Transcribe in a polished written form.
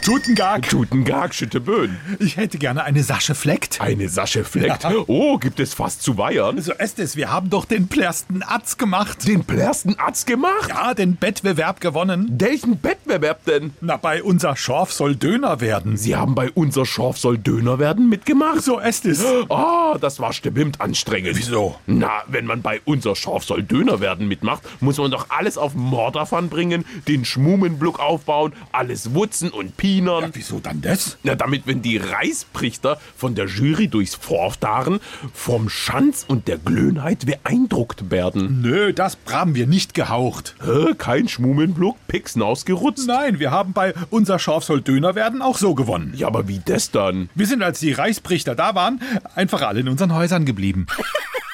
Guten Tag. Guten Tag, Schütteböen. Ich hätte gerne eine Sasche Fleckt. Eine Sasche Fleckt? Ja. Oh, gibt es fast zu weiern? So ist es, wir haben doch den plärsten Atz gemacht. Den plärsten Atz gemacht? Ja, den Wettbewerb gewonnen. Welchen Wettbewerb denn? Na, bei unser Schorf soll Döner werden. Sie haben bei unser Schorf soll Döner werden mitgemacht? So ist es. Ah, das war bestimmt anstrengend. Wieso? Na, wenn man bei unser Schorf soll Döner werden mitmacht, muss man doch alles auf Mordafan bringen, den Schmumenbluck aufbauen, alles wutzen und pienern. Ja, wieso dann das? Na, damit, wenn die Reisprichter von der Jury durchs Vorfahren vom Schanz und der Glöhnheit beeindruckt werden. Nö, das haben wir nicht gehaucht. Kein Schmumenbluck, Pixen ausgerutzt? Nein, wir haben bei unser Schorf soll Döner werden auch so gewonnen. Ja, aber wie das dann? Wir sind, als die Reichsprichter da waren, einfach alle in unseren Häusern geblieben.